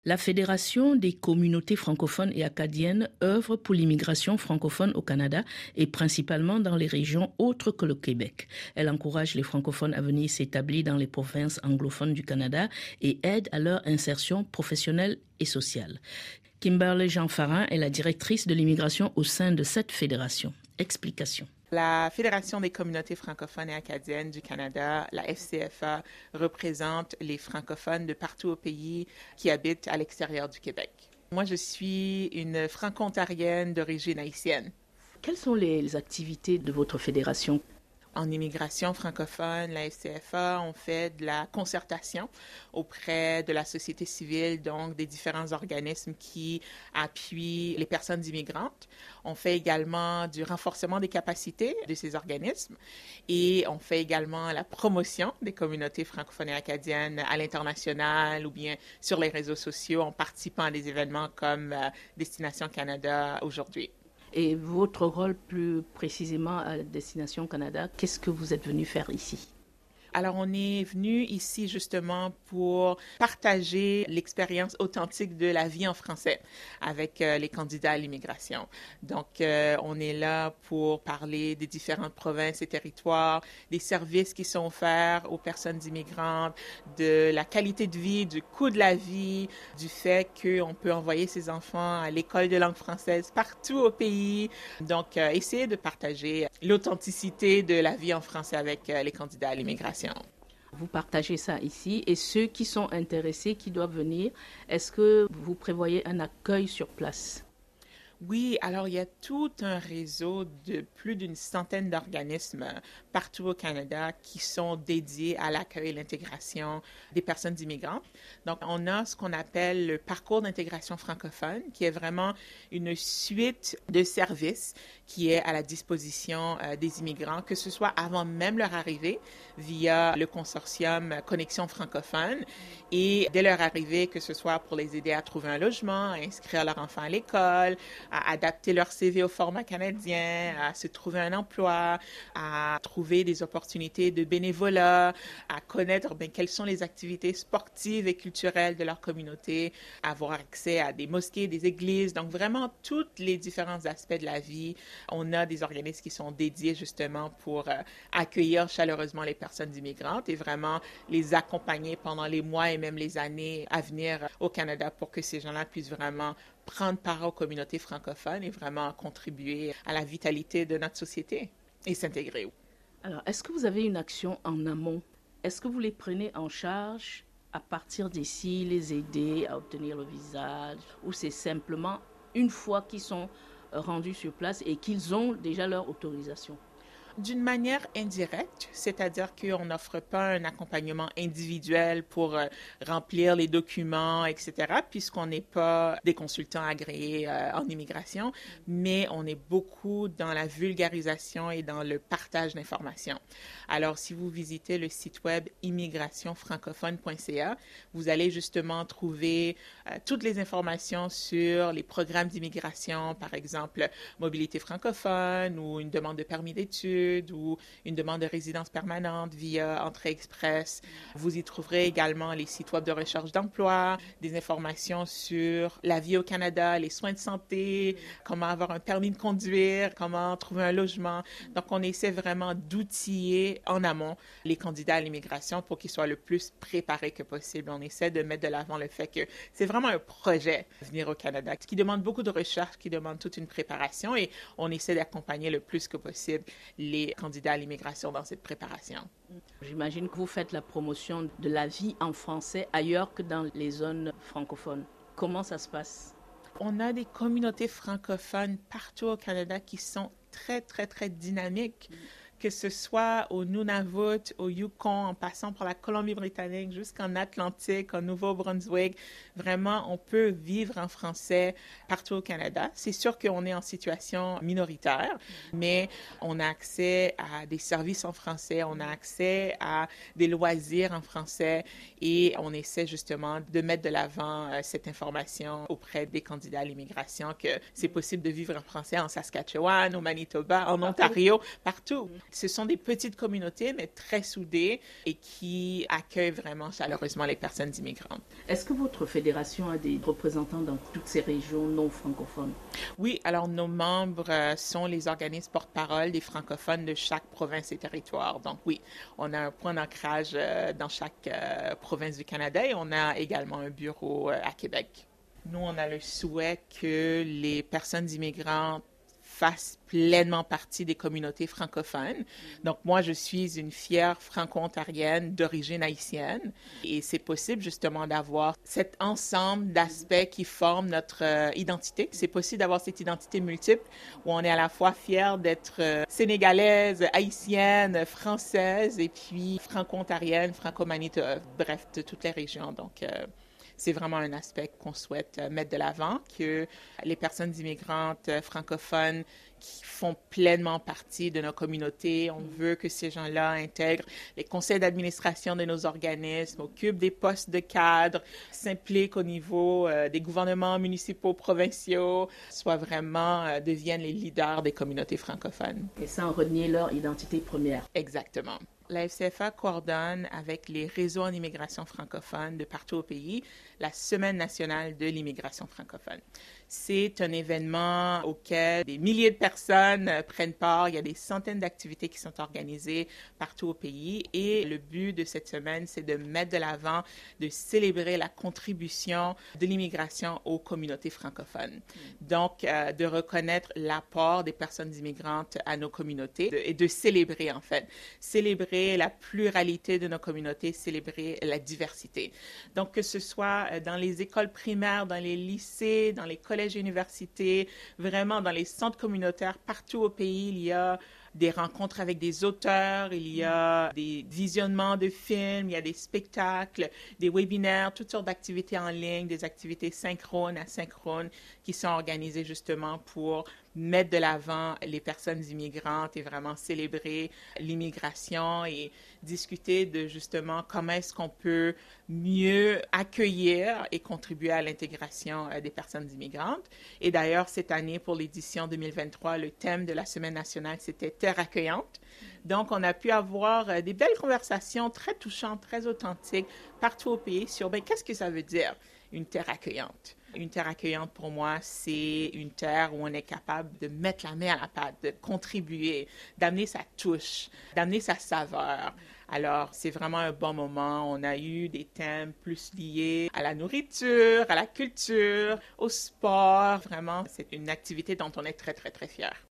La Fédération des communautés francophones et acadiennes œuvre pour l'immigration francophone au Canada et principalement dans les régions autres que le Québec. Elle encourage les francophones à venir s'établir dans les provinces anglophones du Canada et aide à leur insertion professionnelle et sociale. Kimberley Jean-Farin est la directrice de l'immigration au sein de cette fédération. Explication. La Fédération des communautés francophones et acadiennes du Canada, la FCFA, représente les francophones de partout au pays qui habitent à l'extérieur du Québec. Moi, je suis une franco-ontarienne d'origine haïtienne. Quelles sont les activités de votre fédération? En immigration francophone, la FCFA, on fait de la concertation auprès de la société civile, donc des différents organismes qui appuient les personnes immigrantes. On fait également du renforcement des capacités de ces organismes et on fait également la promotion des communautés francophones et acadiennes à l'international ou bien sur les réseaux sociaux en participant à des événements comme Destination Canada aujourd'hui. Et votre rôle plus précisément à Destination Canada, qu'est-ce que vous êtes venu faire ici? Alors, on est venu ici justement pour partager l'expérience authentique de la vie en français avec les candidats à l'immigration. Donc, on est là pour parler des différentes provinces et territoires, des services qui sont offerts aux personnes immigrantes, de la qualité de vie, du coût de la vie, du fait qu'on peut envoyer ses enfants à l'école de langue française partout au pays. Donc, essayer de partager l'authenticité de la vie en français avec les candidats à l'immigration. Vous partagez ça ici et ceux qui sont intéressés, qui doivent venir, est-ce que vous prévoyez un accueil sur place? Oui, alors il y a tout un réseau de plus d'une centaine d'organismes partout au Canada qui sont dédiés à l'accueil et l'intégration des personnes immigrantes. Donc, on a ce qu'on appelle le parcours d'intégration francophone, qui est vraiment une suite de services qui est à la disposition des immigrants, que ce soit avant même leur arrivée via le consortium Connexion francophone et dès leur arrivée, que ce soit pour les aider à trouver un logement, à inscrire leur enfant à l'école, à adapter leur CV au format canadien, à se trouver un emploi, à trouver des opportunités de bénévolat, à connaître quelles sont les activités sportives et culturelles de leur communauté, avoir accès à des mosquées, des églises, donc vraiment tous les différents aspects de la vie. On a des organismes qui sont dédiés justement pour accueillir chaleureusement les personnes immigrantes et vraiment les accompagner pendant les mois et même les années à venir au Canada pour que ces gens-là puissent vraiment prendre part aux communautés francophones et vraiment contribuer à la vitalité de notre société et s'intégrer. Alors, est-ce que vous avez une action en amont? Est-ce que vous les prenez en charge à partir d'ici, les aider à obtenir le visa, ou c'est simplement une fois qu'ils sont rendus sur place et qu'ils ont déjà leur autorisation? D'une manière indirecte, c'est-à-dire qu'on n'offre pas un accompagnement individuel pour remplir les documents, etc., puisqu'on n'est pas des consultants agréés en immigration, mais on est beaucoup dans la vulgarisation et dans le partage d'informations. Alors, si vous visitez le site web immigrationfrancophone.ca, vous allez justement trouver toutes les informations sur les programmes d'immigration, par exemple, mobilité francophone ou une demande de permis d'études, ou une demande de résidence permanente via Entrée Express. Vous y trouverez également les sites web de recherche d'emploi, des informations sur la vie au Canada, les soins de santé, comment avoir un permis de conduire, comment trouver un logement. Donc, on essaie vraiment d'outiller en amont les candidats à l'immigration pour qu'ils soient le plus préparés que possible. On essaie de mettre de l'avant le fait que c'est vraiment un projet venir au Canada, qui demande beaucoup de recherche, qui demande toute une préparation et on essaie d'accompagner le plus que possible les candidats à l'immigration dans cette préparation. J'imagine que vous faites la promotion de la vie en français ailleurs que dans les zones francophones. Comment ça se passe? On a des communautés francophones partout au Canada qui sont très, très, très dynamiques. Que ce soit au Nunavut, au Yukon, en passant par la Colombie-Britannique jusqu'en Atlantique, au Nouveau-Brunswick. Vraiment, on peut vivre en français partout au Canada. C'est sûr qu'on est en situation minoritaire, mais on a accès à des services en français, on a accès à des loisirs en français et on essaie justement de mettre de l'avant cette information auprès des candidats à l'immigration que c'est possible de vivre en français en Saskatchewan, au Manitoba, en Ontario, partout. Ce sont des petites communautés, mais très soudées et qui accueillent vraiment chaleureusement les personnes immigrantes. Est-ce que votre fédération a des représentants dans toutes ces régions non francophones? Oui, alors nos membres sont les organismes porte-parole des francophones de chaque province et territoire. Donc oui, on a un point d'ancrage dans chaque province du Canada et on a également un bureau à Québec. Nous, on a le souhait que les personnes immigrantes fassent pleinement partie des communautés francophones. Donc, moi, je suis une fière franco-ontarienne d'origine haïtienne et c'est possible justement d'avoir cet ensemble d'aspects qui forment notre identité. C'est possible d'avoir cette identité multiple où on est à la fois fier d'être sénégalaise, haïtienne, française et puis franco-ontarienne, franco-manitobe, bref, de toutes les régions. Donc, c'est vraiment un aspect qu'on souhaite mettre de l'avant, que les personnes immigrantes francophones qui font pleinement partie de nos communautés, on veut que ces gens-là intègrent les conseils d'administration de nos organismes, occupent des postes de cadre, s'impliquent au niveau des gouvernements municipaux, provinciaux, soient vraiment, deviennent les leaders des communautés francophones. Et sans renier leur identité première. Exactement. La FCFA coordonne avec les réseaux en immigration francophone de partout au pays la Semaine nationale de l'immigration francophone. C'est un événement auquel des milliers de personnes prennent part. Il y a des centaines d'activités qui sont organisées partout au pays et le but de cette semaine, c'est de mettre de l'avant, de célébrer la contribution de l'immigration aux communautés francophones. Donc, de reconnaître l'apport des personnes immigrantes à nos communautés et de célébrer, en fait, célébrer la pluralité de nos communautés, célébrer la diversité. Donc, que ce soit dans les écoles primaires, dans les lycées, dans les collèges et universités, vraiment dans les centres communautaires, partout au pays, il y a des rencontres avec des auteurs, il y a des visionnements de films, il y a des spectacles, des webinaires, toutes sortes d'activités en ligne, des activités synchrones, asynchrones qui sont organisées justement pour mettre de l'avant les personnes immigrantes et vraiment célébrer l'immigration et discuter de justement comment est-ce qu'on peut mieux accueillir et contribuer à l'intégration des personnes immigrantes. Et d'ailleurs, cette année, pour l'édition 2023, le thème de la Semaine nationale, c'était Terre accueillante. Donc, on a pu avoir des belles conversations très touchantes, très authentiques partout au pays sur qu'est-ce que ça veut dire, une terre accueillante. Une terre accueillante, pour moi, c'est une terre où on est capable de mettre la main à la pâte, de contribuer, d'amener sa touche, d'amener sa saveur. Alors, c'est vraiment un bon moment. On a eu des thèmes plus liés à la nourriture, à la culture, au sport. Vraiment, c'est une activité dont on est très, très, très fiers.